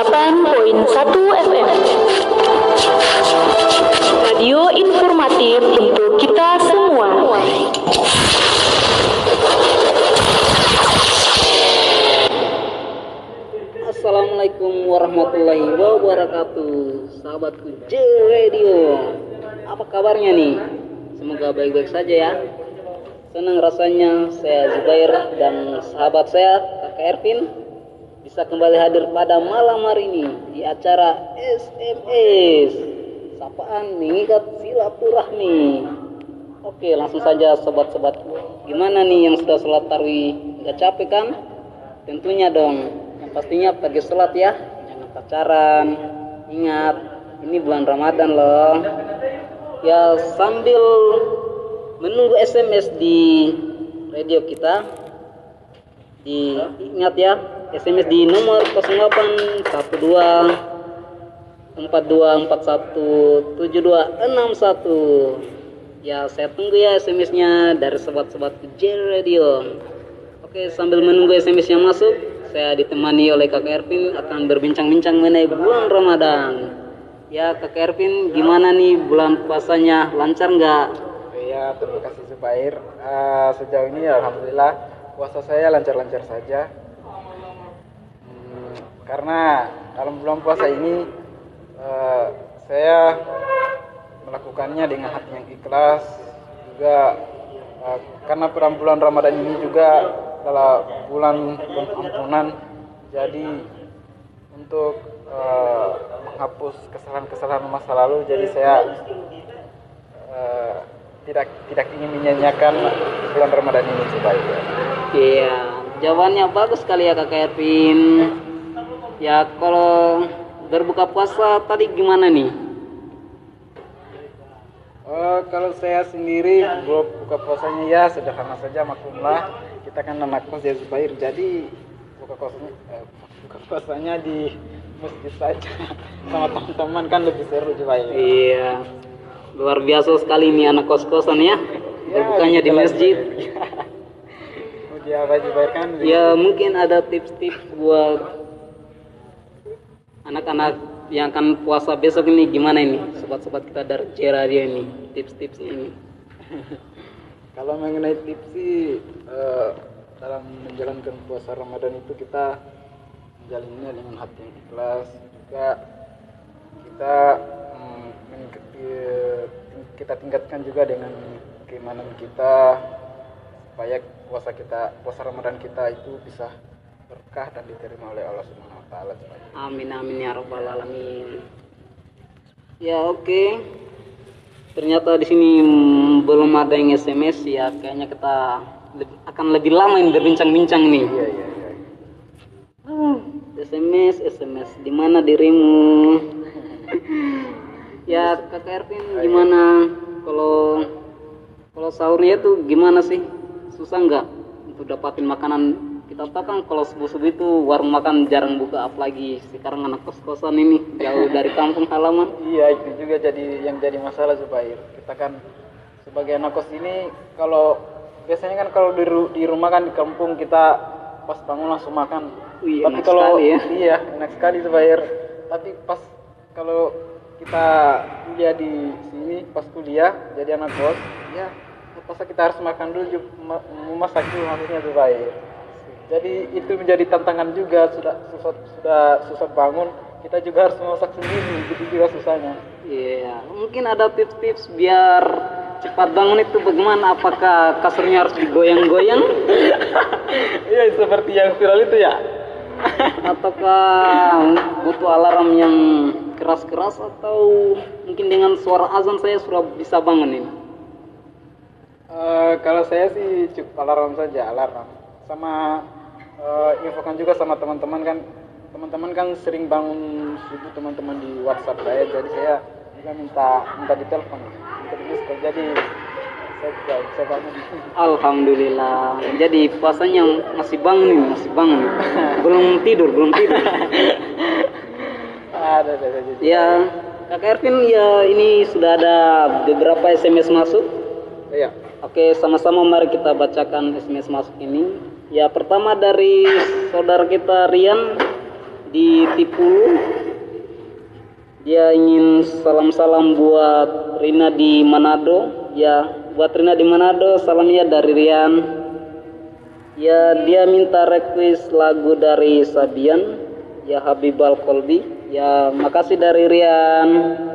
98,1 FM. Radio informatif untuk kita semua. Assalamualaikum warahmatullahi wabarakatuh. Sahabatku J Radio, apa kabarnya nih? Semoga baik-baik saja ya. Senang rasanya saya Zubair dan sahabat saya Kakak Ervin bisa kembali hadir pada malam hari ini di acara SMS Sapaan Mengikat Silaturahmi. Oke, langsung saja sobat-sobat. Gimana nih yang sudah sholat tarawih? Gak capek kan? Tentunya dong. Yang pastinya pergi sholat ya. Jangan pacaran. Ingat, ini bulan Ramadan loh. Ya, sambil menunggu SMS di radio kita, diingat ya, SMS di nomor 0812 4241 7261. Ya, saya tunggu ya SMS-nya dari sobat-sobat J Radio. Oke, sambil menunggu SMS yang masuk, saya ditemani oleh Kakak Ervin akan berbincang-bincang mengenai bulan Ramadan. Ya, Kakak Ervin, gimana nih bulan puasanya? Lancar nggak? Ya, terima kasih Zubair. Sejauh ini alhamdulillah puasa saya lancar-lancar saja. Karena dalam bulan puasa ini saya melakukannya dengan hati yang ikhlas. Juga karena bulan Ramadan ini juga adalah bulan pengampunan. Jadi untuk menghapus kesalahan-kesalahan masa lalu, jadi saya tidak ingin menyanyiakan bulan Ramadan ini Zubair. Iya, jawabannya bagus sekali ya Kakak Ervin. Ya, kalau berbuka puasa tadi gimana nih? Kalau saya sendiri buka puasanya ya sederhana saja, maklumlah kita kan anak kos ya Zubair. Jadi buka puasanya di masjid saja sama teman-teman kan lebih seru Zubair. Iya. Luar biasa sekali nih anak kos-kosan ya. Berbukanya di masjid. Dia Zubair kan. Ya, mungkin ada tips-tips buat anak-anak yang akan puasa besok ini, gimana ini sobat-sobat kita dari J Radio ini, tips-tipsnya ini. Kalau mengenai tips sih dalam menjalankan puasa Ramadan itu kita menjalannya dengan hati yang ikhlas. Juga kita tingkatkan juga dengan keimanan kita supaya puasa Ramadan kita itu bisa berkah dan diterima oleh Allah Subhanahu wa taala. Amin amin ya rabbal alamin. Ya, oke. Ternyata di sini belum ada yang SMS ya, kayaknya kita akan lebih lama ini berbincang-bincang nih. Iya. SMS di mana dirimu? Ya, Kakak Ervin gimana kalau sahurnya tuh gimana sih? Susah nggak untuk dapatin makanan? Kita tahu kan kalau subuh-subuh itu warung makan jarang buka, apalagi sekarang anak kos-kosan ini jauh dari kampung halaman. Iya, itu juga yang jadi masalah Zubair. Kita kan sebagai anak kos ini, kalau biasanya kan kalau di rumah kan di kampung kita pas bangun langsung makan. Wih, tapi enak kalau sekali ya. Iya, enak sekali Zubair. Tapi pas kalau kita kuliah di sini, pas kuliah jadi anak kos, ya terpaksa kita harus makan dulu, memasak dulu maksudnya Zubair. Jadi itu menjadi tantangan juga, sudah susah bangun, kita juga harus memasak sendiri, gitu juga susahnya. Iya, mungkin ada tips-tips biar cepat bangun itu bagaimana? Apakah kasurnya harus digoyang-goyang? Iya, seperti yang viral itu ya. Ataukah butuh alarm yang keras-keras, atau mungkin dengan suara azan saya sudah bisa bangun ini? Kalau saya sih cukup alarm saja, sama infokan juga sama teman-teman kan sering bangun subuh teman-teman di WhatsApp saya, jadi saya juga minta ditelepon jadi saya juga bisa bangun. Alhamdulillah. Jadi puasanya masih bangun. belum tidur. Ada. Ya, Kakak Ervin, ya ini sudah ada beberapa SMS masuk. Iya. Oke, sama-sama mari kita bacakan SMS masuk ini. Ya, pertama dari saudara kita Rian di Tipulu. Dia ingin salam-salam buat Rina di Manado. Ya, buat Rina di Manado, salamnya dari Rian. Ya, dia minta request lagu dari Sabian, ya Habibal Kolbi. Ya, makasih dari Rian.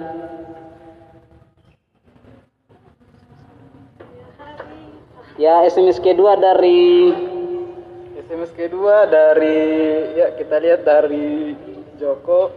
Ya, SMS kedua dari ya kita lihat dari Joko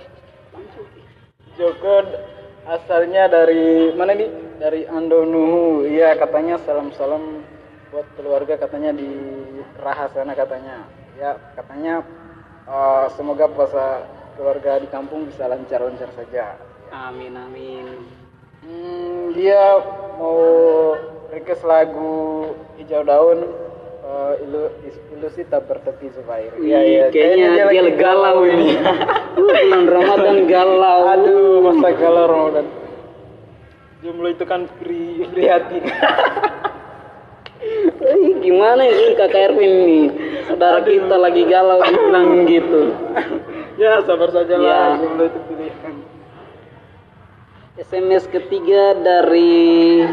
asalnya dari mana nih? Dari Andonuhu. Iya, katanya salam-salam buat keluarga, katanya di Raha sana katanya. Ya, katanya semoga puasa keluarga di kampung bisa lancar-lancar saja. Amin amin. Dia mau request lagu Hijau Daun, ilusi tak bertepi Zubair. Iya, kayaknya dia galau ini. Bulan Ramadan galau. Aduh, masa galau Ramadan. Jomblo itu kan prihatin. Gimana ini Kakak Erwin nih? Saudara kita lagi galau bilang gitu. Ya, sabar saja lah. Ya. Jomblo itu pilihan. SMS ketiga dari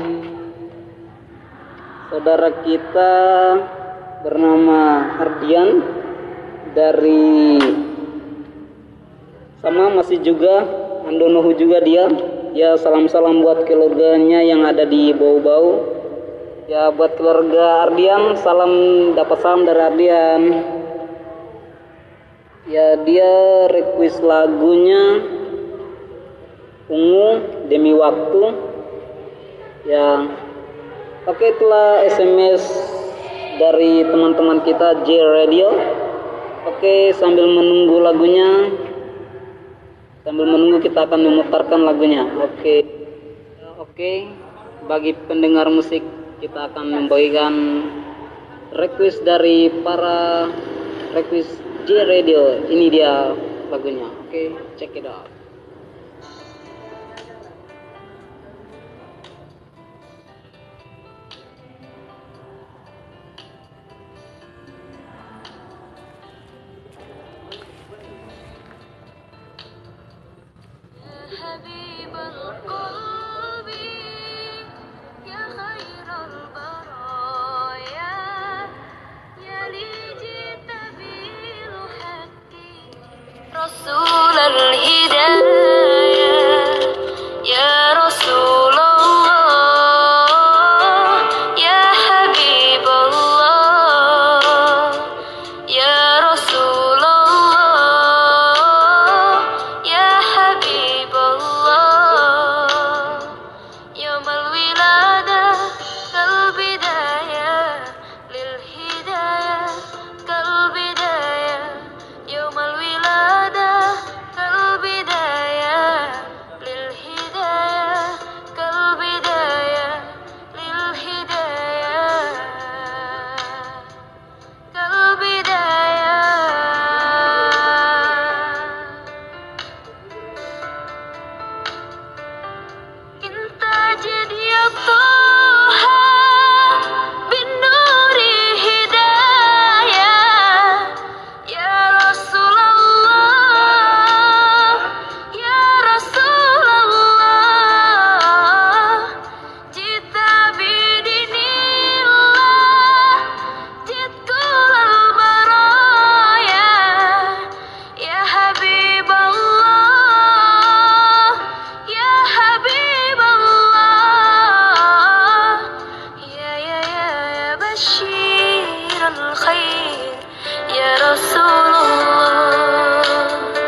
saudara kita bernama Ardian dari sama masih juga Andonohu juga dia. Ya, salam-salam buat keluarganya yang ada di Bau-Bau. Ya, buat keluarga Ardian, dapat salam dari Ardian. Ya, dia request lagunya Ungu Demi Waktu. Ya, oke, itulah SMS dari teman-teman kita J Radio. Oke, sambil menunggu lagunya, kita akan memutarkan lagunya. Oke, bagi pendengar musik, kita akan membagikan request dari para request J Radio. Ini dia lagunya. Oke, check it out. حبيب القلب يا خير البرايا يا لي جئت بالحق رسول الهدايا يا رسول الله يا حبيب الله يا رسول الله يا حبيب الله يوم الولادة كالبداية للهداية كالبداية يوم الولادة كالبداية للهداية كالبداية للهداية كالبداية انت جد يا طه بالنور هداية يا رسول الله يا رسول الله جئت بدين الله جئت كل البرايا يا حبيب الله يا حبيب الله يا بشير الخير يا رسول الله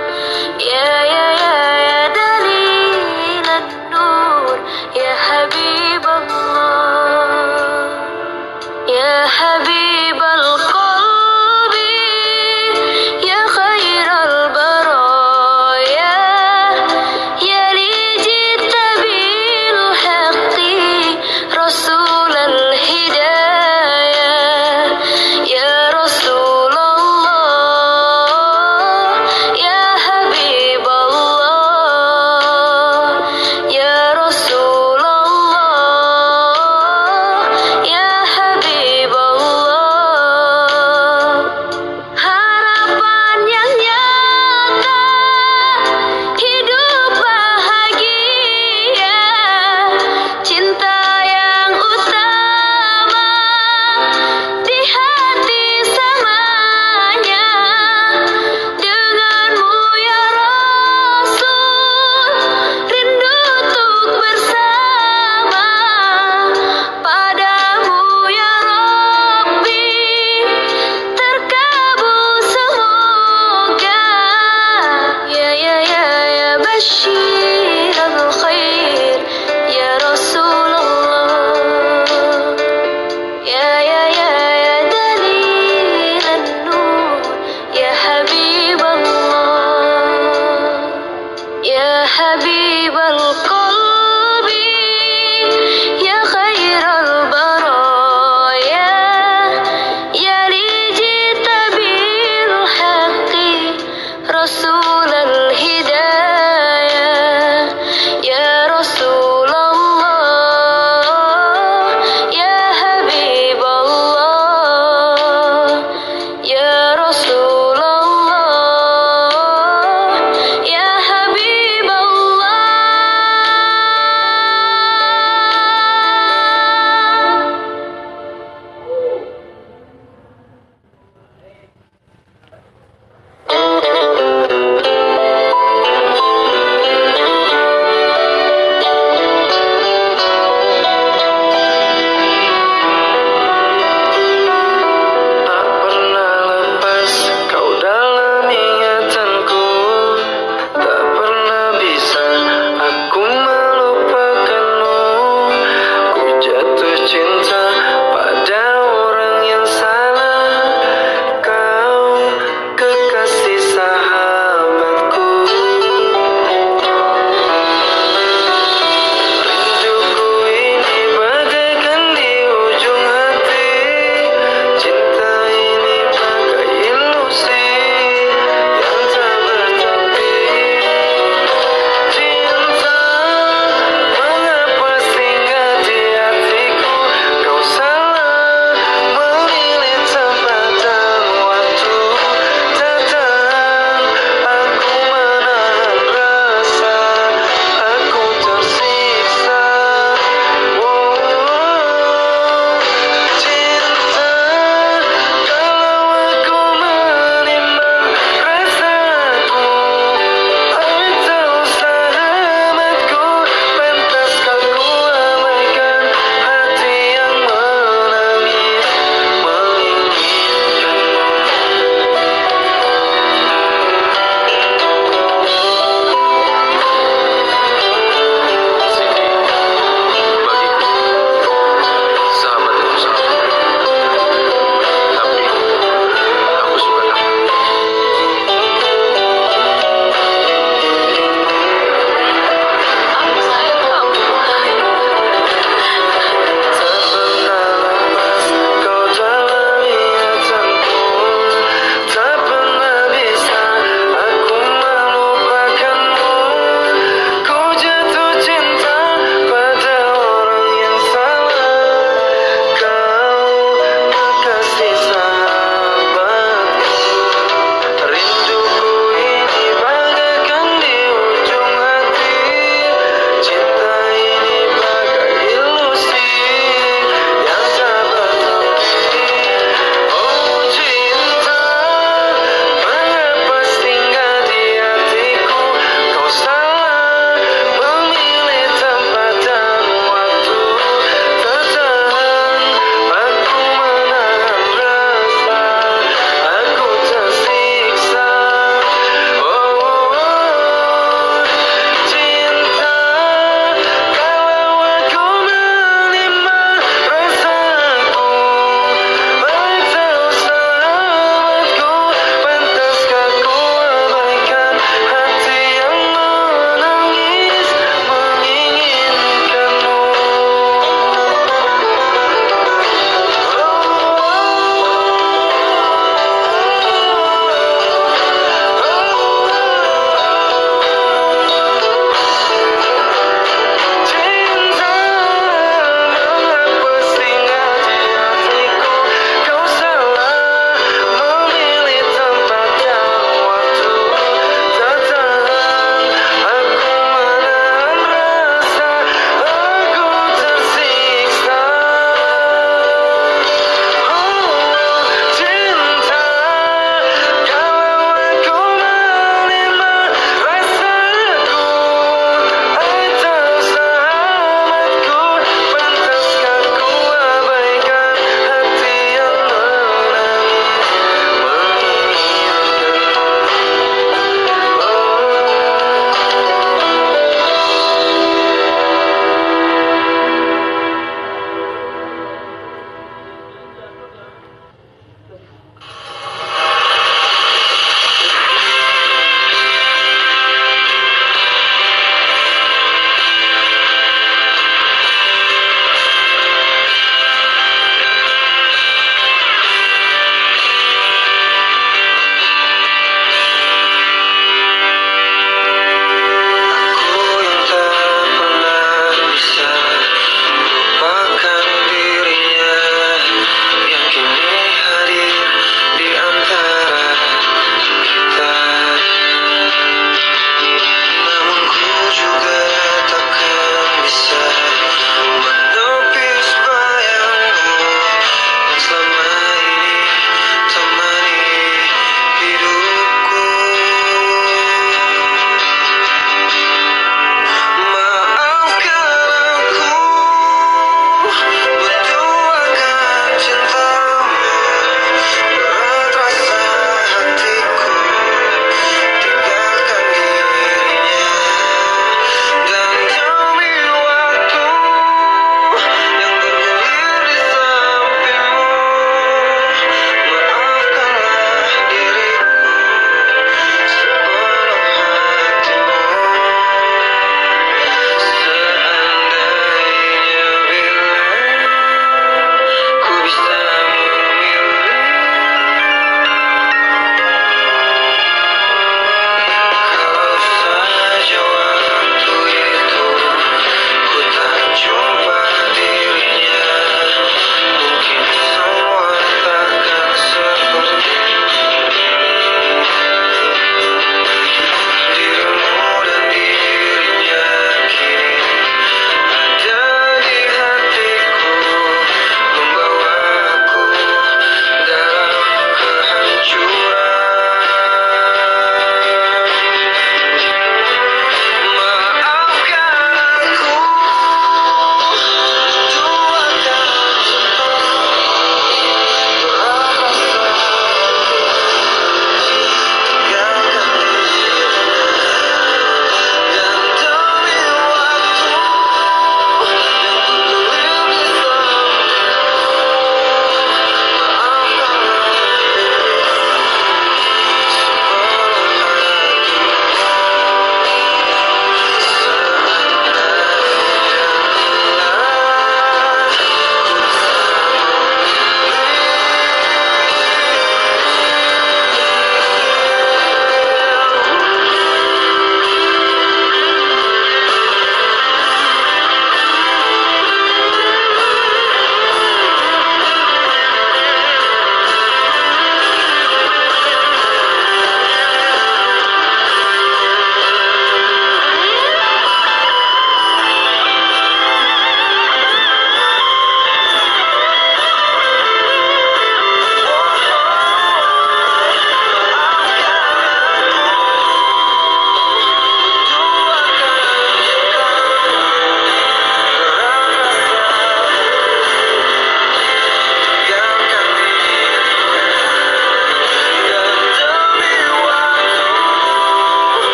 يا دليل النور يا حبيب الله يا حبيب القلب يا خير البرايا يا لي جئت بالحق رسول الهدايا يا رسول الله يا حبيب الله يا رسول الله يا حبيب الله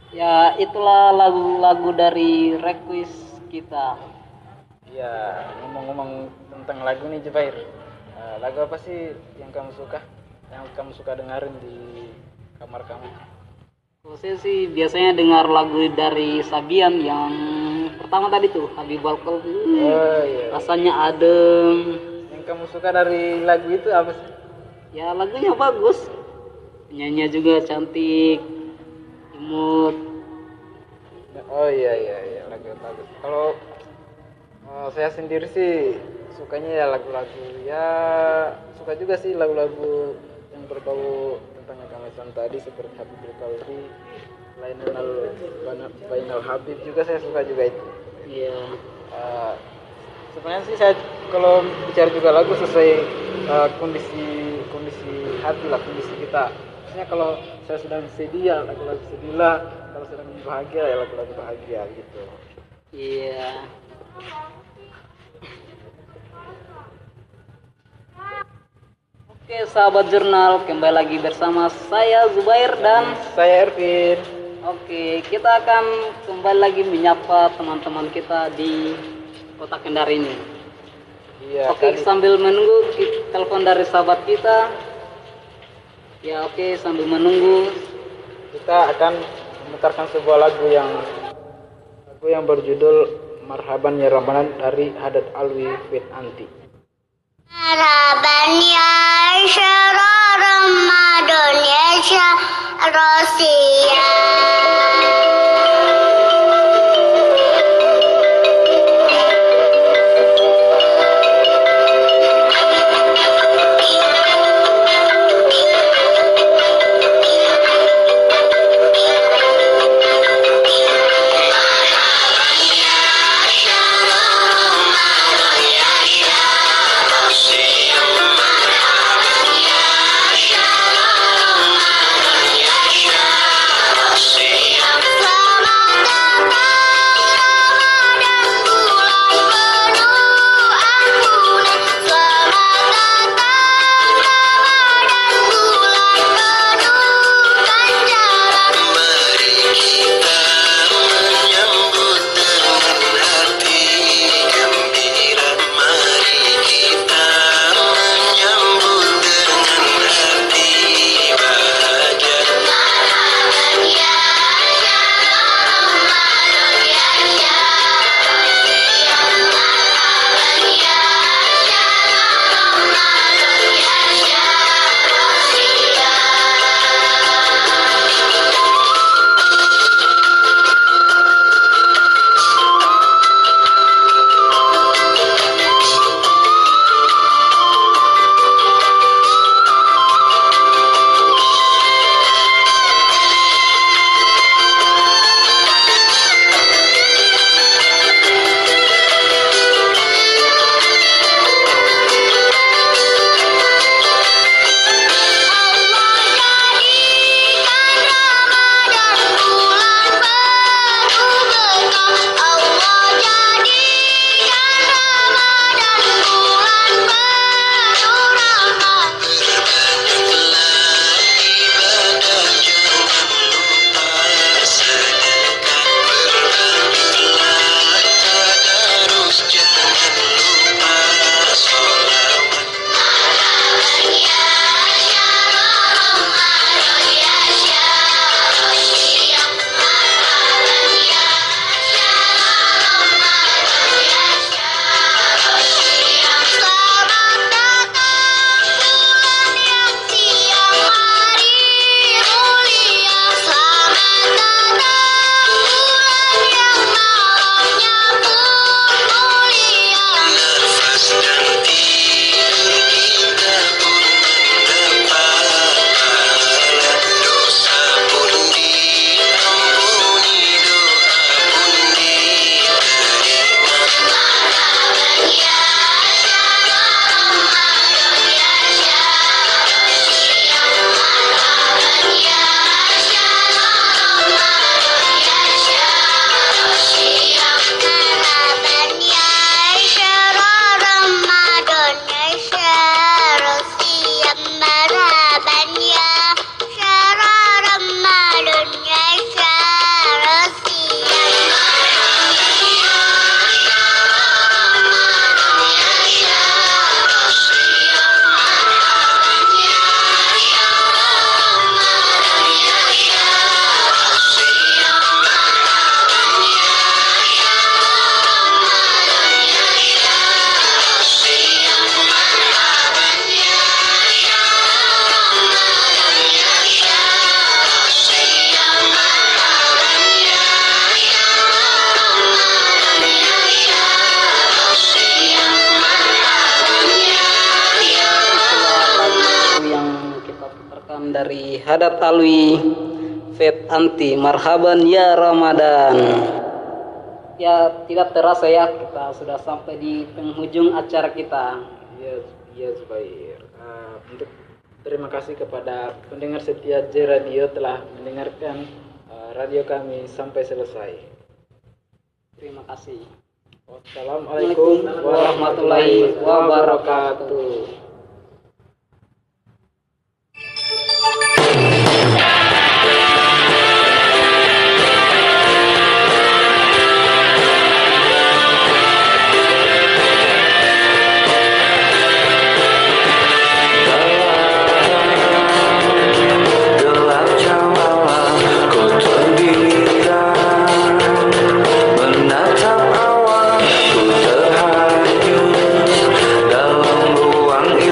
Ya, itulah lagu-lagu dari request kita. Iya, ngomong-ngomong tentang lagu nih Jubair, lagu apa sih yang kamu suka? Yang kamu suka dengerin di kamar kamu? Kalau saya sih biasanya dengar lagu dari Sabian yang pertama tadi tuh, Habibul Qalbi. Oh iya. Rasanya adem. Yang kamu suka dari lagu itu apa sih? Ya lagunya bagus. Penyanyinya juga cantik, imut. Oh iya, lagu bagus. Kalau saya sendiri sih sukanya ya lagu-lagu, ya suka juga sih lagu-lagu yang berbau tentang agama Islam tadi seperti Habibul Qalbi, Bainal Habib juga saya suka juga itu. Iya. Sebenarnya sih saya kalau bicara juga lagu sesuai kondisi hati lah, kondisi kita. Maksudnya kalau saya sedang sedih ya lagu-lagu sedih lah, kalau sedang bahagia ya lagu-lagu bahagia gitu. Iya. Oke, sahabat jurnal, kembali lagi bersama saya Zubair dan Saya Ervin. oke, kita akan kembali lagi menyapa teman-teman kita di Kota Kendari ini. Iya. Oke, sambil menunggu telepon dari sahabat kita. Ya, oke, sambil menunggu Kita akan memutarkan sebuah lagu yang berjudul Marhaban Ya Ramadan dari Haddad Alwi with Anti. Marhaban ya syara Ramadan ya syara Syihadat Alwi, Fet Anti, marhaban ya Ramadan. Ya, tidak terasa ya kita sudah sampai di penghujung acara kita. Iya Zubair. Untuk terima kasih kepada pendengar setia J Radio telah mendengarkan radio kami sampai selesai. Terima kasih. Wassalamualaikum warahmatullahi wabarakatuh. Menatap awan ku terhanyut dalam ruang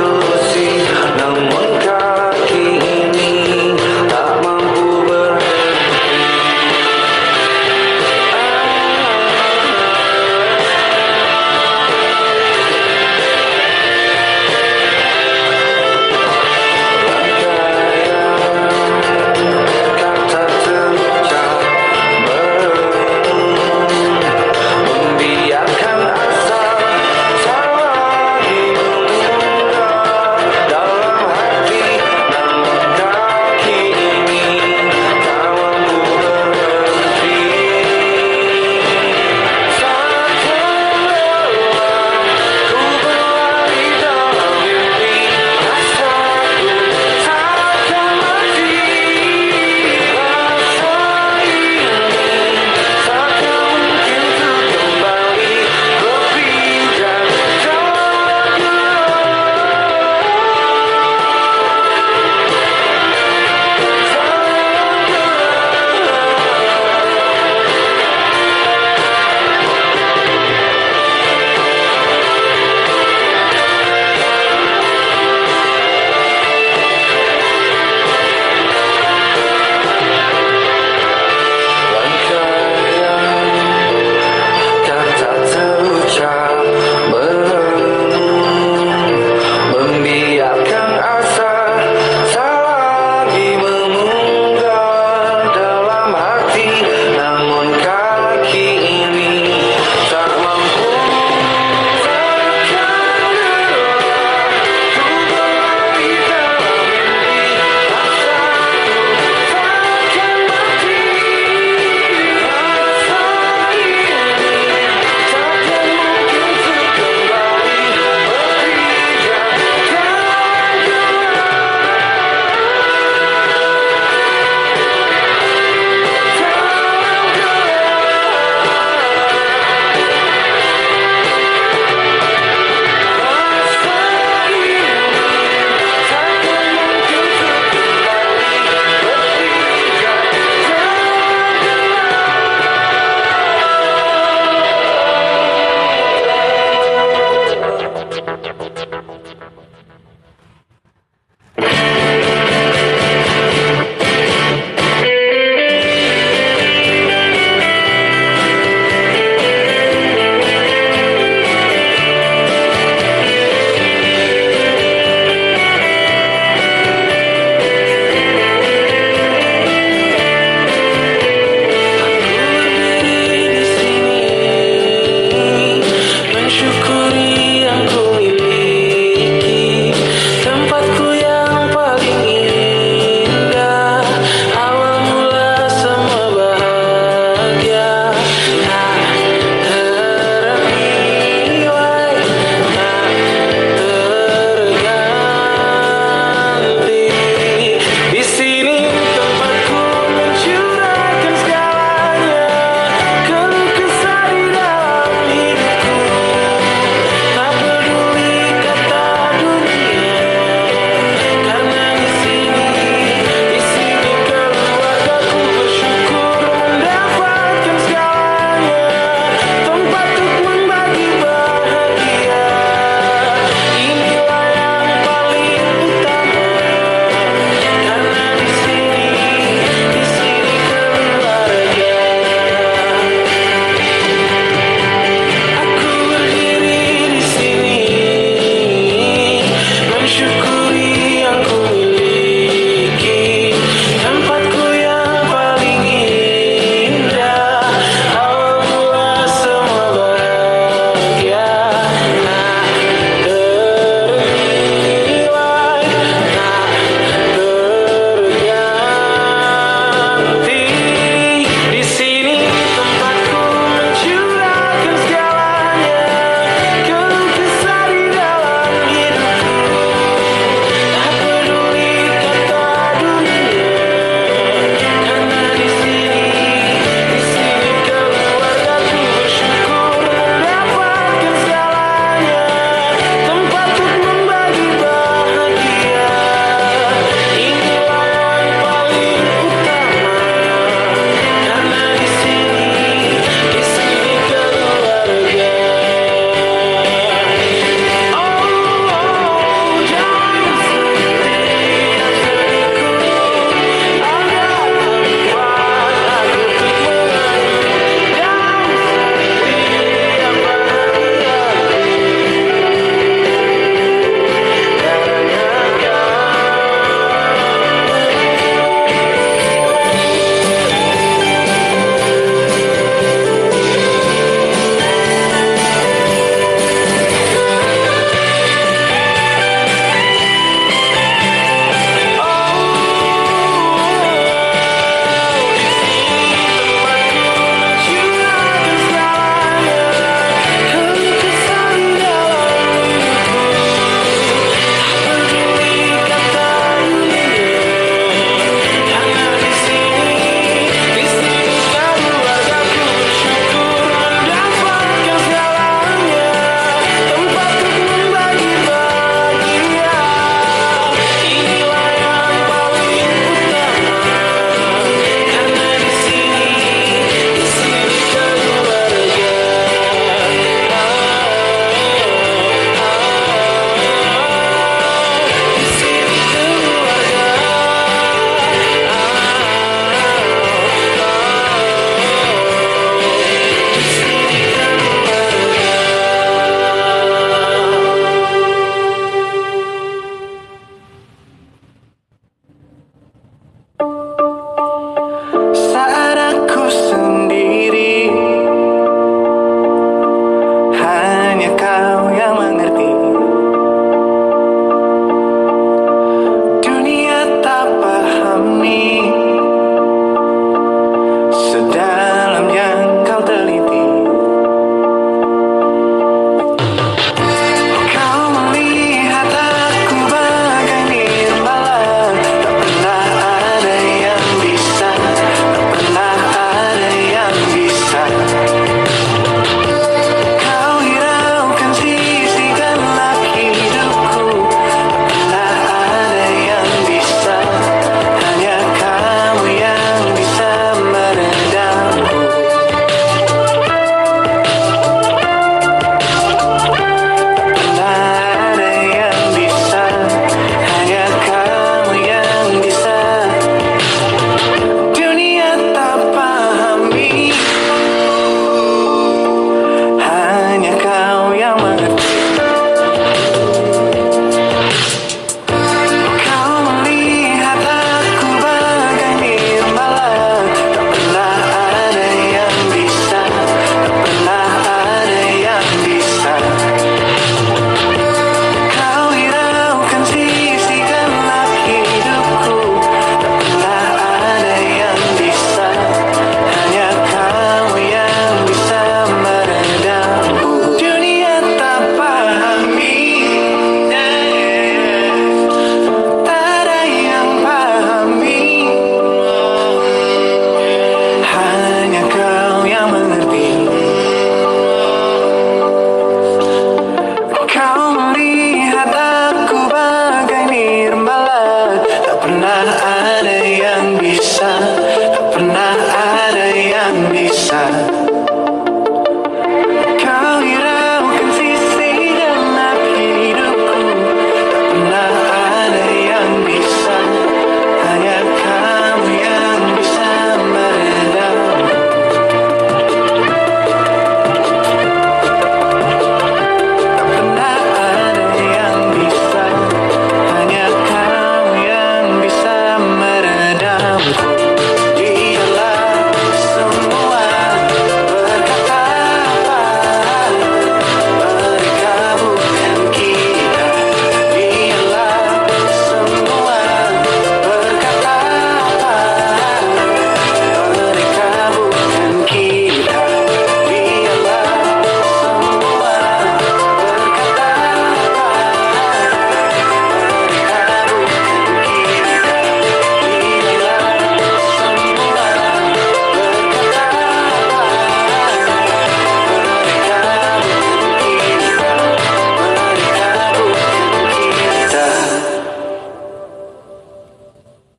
bisa, tak pernah ada yang bisa